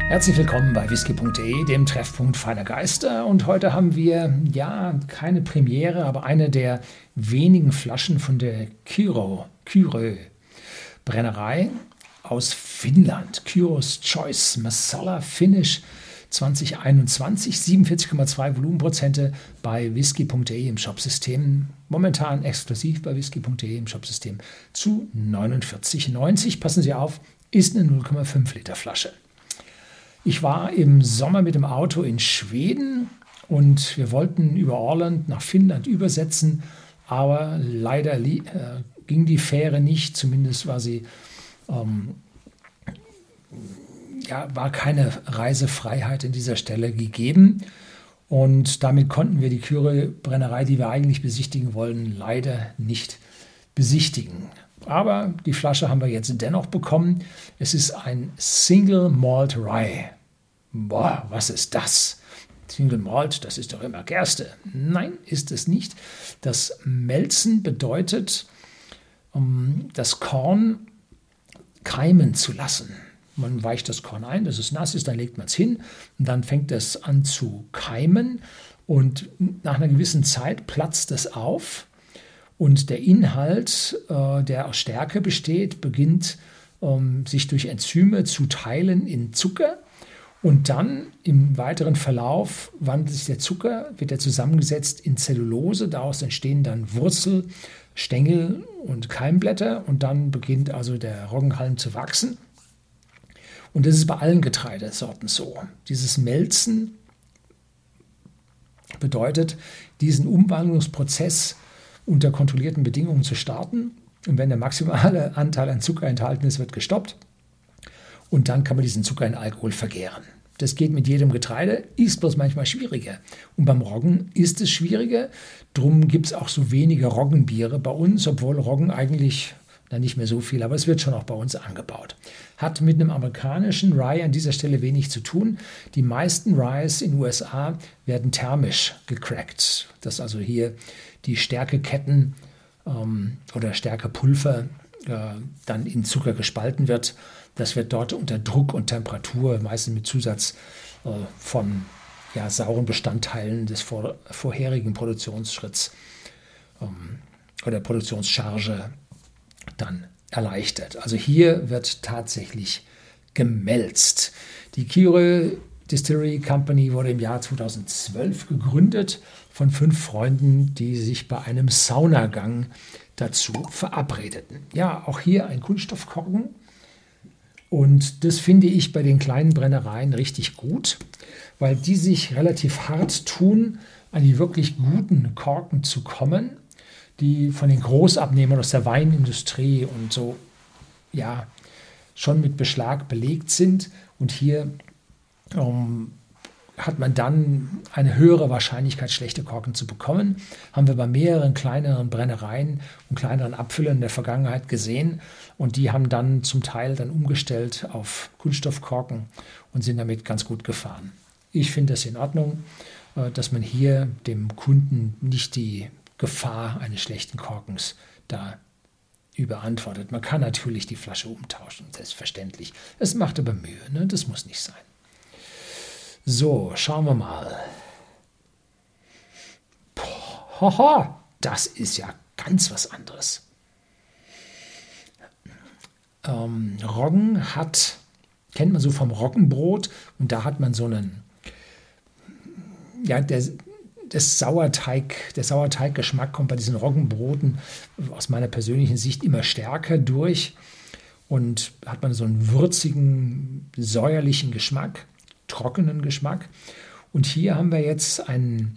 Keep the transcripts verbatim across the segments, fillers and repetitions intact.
Herzlich willkommen bei whisky punkt de, dem Treffpunkt feiner Geister. Und heute haben wir, ja, keine Premiere, aber eine der wenigen Flaschen von der Kyro, Kyrö Brennerei aus Finnland. Kyros Choice Masala Finish zwanzig einundzwanzig, siebenundvierzig Komma zwei Volumenprozente bei whisky punkt de im Shopsystem. Momentan exklusiv bei whisky punkt de im Shopsystem zu neunundvierzig neunzig. Passen Sie auf, ist eine null Komma fünf Liter Flasche. Ich war im Sommer mit dem Auto in Schweden und wir wollten über Åland nach Finnland übersetzen, aber leider äh, ging die Fähre nicht, zumindest war sie, ähm, ja, war keine Reisefreiheit in dieser Stelle gegeben und damit konnten wir die Kyrö-Brennerei, die wir eigentlich besichtigen wollen, leider nicht besichtigen. Aber die Flasche haben wir jetzt dennoch bekommen. Es ist ein Single Malt Rye. Boah, was ist das? Single Malt, das ist doch immer Gerste. Nein, ist es nicht. Das Melzen bedeutet, um das Korn keimen zu lassen. Man weicht das Korn ein, dass es nass ist, dann legt man es hin und dann fängt es an zu keimen und nach einer gewissen Zeit platzt es auf. Und der Inhalt, äh, der aus Stärke besteht, beginnt ähm, sich durch Enzyme zu teilen in Zucker. Und dann im weiteren Verlauf wandelt sich der Zucker, wird er zusammengesetzt in Zellulose. Daraus entstehen dann Wurzel, Stängel und Keimblätter. Und dann beginnt also der Roggenhalm zu wachsen. Und das ist bei allen Getreidesorten so. Dieses Melzen bedeutet, diesen Umwandlungsprozess unter kontrollierten Bedingungen zu starten. Und wenn der maximale Anteil an Zucker enthalten ist, wird gestoppt. Und dann kann man diesen Zucker in Alkohol vergären. Das geht mit jedem Getreide, ist bloß manchmal schwieriger. Und beim Roggen ist es schwieriger. Drum gibt es auch so wenige Roggenbiere bei uns, obwohl Roggen eigentlich, na nicht mehr so viel, aber es wird schon auch bei uns angebaut. Hat mit einem amerikanischen Rye an dieser Stelle wenig zu tun. Die meisten Ryes in den U S A werden thermisch gecrackt. Dass also hier die Stärkeketten ähm, oder Stärkepulver äh, dann in Zucker gespalten wird. Das wird dort unter Druck und Temperatur, meistens mit Zusatz äh, von ja, sauren Bestandteilen des vor, vorherigen Produktionsschritts ähm, oder Produktionscharge dann erleichtert. Also hier wird tatsächlich gemälzt. Die Kyrö Distillery Company wurde im Jahr zweitausendzwölf gegründet von fünf Freunden, die sich bei einem Saunagang dazu verabredeten. Ja, auch hier ein Kunststoffkorken. Und das finde ich bei den kleinen Brennereien richtig gut, weil die sich relativ hart tun, an die wirklich guten Korken zu kommen, die von den Großabnehmern aus der Weinindustrie und so, ja, schon mit Beschlag belegt sind. Und hier ähm, hat man dann eine höhere Wahrscheinlichkeit, schlechte Korken zu bekommen. Haben wir bei mehreren kleineren Brennereien und kleineren Abfüllern in der Vergangenheit gesehen. Und die haben dann zum Teil dann umgestellt auf Kunststoffkorken und sind damit ganz gut gefahren. Ich finde das in Ordnung, dass man hier dem Kunden nicht die Gefahr eines schlechten Korkens da überantwortet. Man kann natürlich die Flasche umtauschen, selbstverständlich. Es macht aber Mühe, ne? Das muss nicht sein. So, schauen wir mal. Boah, haha, das ist ja ganz was anderes. Ähm, Roggen hat, kennt man so vom Roggenbrot, und da hat man so einen, ja, der, das Sauerteig, der Sauerteiggeschmack kommt bei diesen Roggenbroten aus meiner persönlichen Sicht immer stärker durch und hat man so einen würzigen, säuerlichen Geschmack, trockenen Geschmack. Und hier haben wir jetzt einen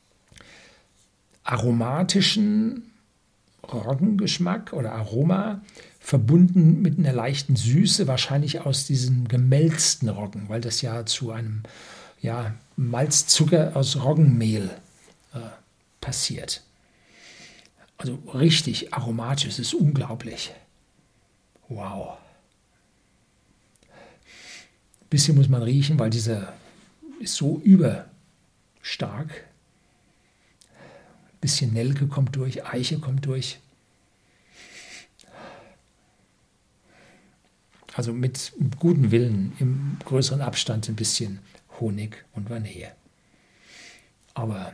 aromatischen Roggengeschmack oder Aroma, verbunden mit einer leichten Süße, wahrscheinlich aus diesem gemälzten Roggen, weil das ja zu einem ja, Malzzucker aus Roggenmehl äh, passiert. Also richtig aromatisch, es ist unglaublich. Wow. Ein bisschen muss man riechen, weil dieser ist so überstark. Ein bisschen Nelke kommt durch, Eiche kommt durch. also mit gutem Willen im größeren Abstand ein bisschen Honig und Vanille. Aber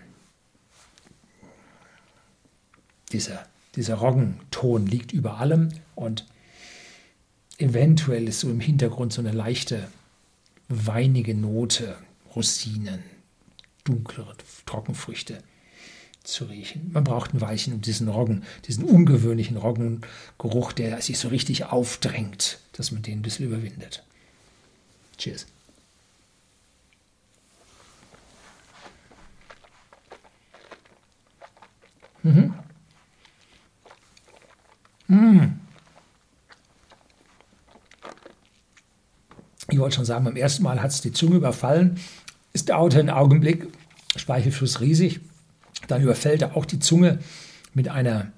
dieser, dieser Roggenton liegt über allem und eventuell ist so im Hintergrund so eine leichte weinige Note, Rosinen, dunklere Trockenfrüchte zu riechen. Man braucht ein Weilchen, um diesen Roggen, diesen ungewöhnlichen Roggengeruch, der sich so richtig aufdrängt, dass man den ein bisschen überwindet. Cheers. Mhm. Mm. Ich wollte schon sagen, beim ersten Mal hat es die Zunge überfallen. Es dauerte einen Augenblick, Speichelfluss riesig. Dann überfällt er auch die Zunge mit einer,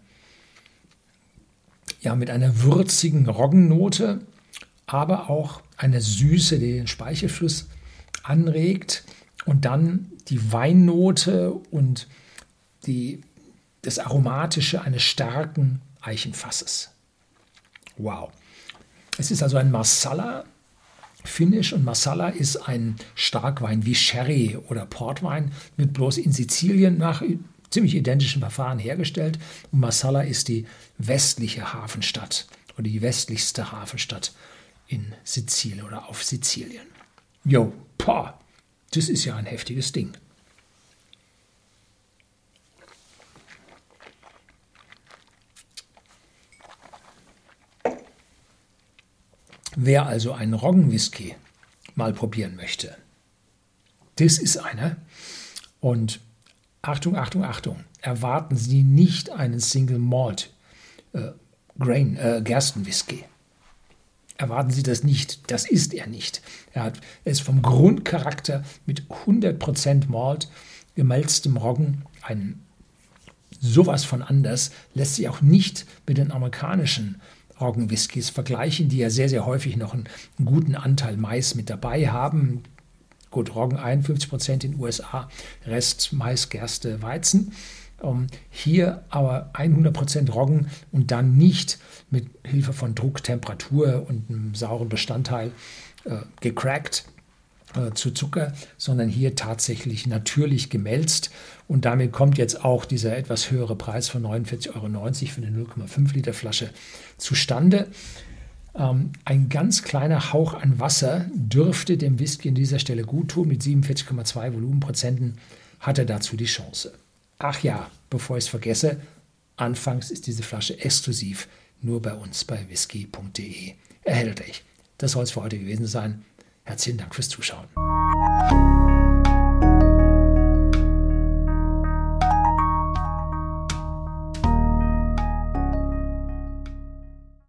ja, mit einer würzigen Roggennote, aber auch einer Süße, die den Speichelfluss anregt. Und dann die Weinnote und die, das Aromatische eines starken Eichenfasses. Wow. Es ist also ein Marsala Finish und Marsala ist ein Starkwein wie Sherry oder Portwein, wird bloß in Sizilien nach ziemlich identischen Verfahren hergestellt. Und Marsala ist die westliche Hafenstadt oder die westlichste Hafenstadt in Sizilien oder auf Sizilien. Jo, pah, das ist ja ein heftiges Ding. Wer also einen Roggenwhisky mal probieren möchte, das ist einer. Und Achtung, Achtung, Achtung, erwarten Sie nicht einen Single Malt äh, Grain, äh, Gerstenwhisky. Erwarten Sie das nicht, das ist er nicht. Er, hat, er ist vom Grundcharakter mit hundert Prozent Malt, gemälztem Roggen, ein sowas von anders, lässt sich auch nicht mit den amerikanischen Roggenwhiskys vergleichen, die ja sehr, sehr häufig noch einen, einen guten Anteil Mais mit dabei haben. Gut, Roggen einundfünfzig Prozent in den U S A, Rest Mais, Gerste, Weizen. Um, hier aber hundert Prozent Roggen und dann nicht mit Hilfe von Druck, Temperatur und einem sauren Bestandteil äh, gecrackt äh, zu Zucker, sondern hier tatsächlich natürlich gemälzt. Und damit kommt jetzt auch dieser etwas höhere Preis von neunundvierzig Euro neunzig für eine null Komma fünf Liter Flasche zustande. Ähm, ein ganz kleiner Hauch an Wasser dürfte dem Whisky an dieser Stelle gut tun. Mit siebenundvierzig Komma zwei Volumenprozenten hat er dazu die Chance. Ach ja, bevor ich es vergesse, anfangs ist diese Flasche exklusiv nur bei uns bei whisky punkt de erhältlich. Das soll es für heute gewesen sein. Herzlichen Dank fürs Zuschauen.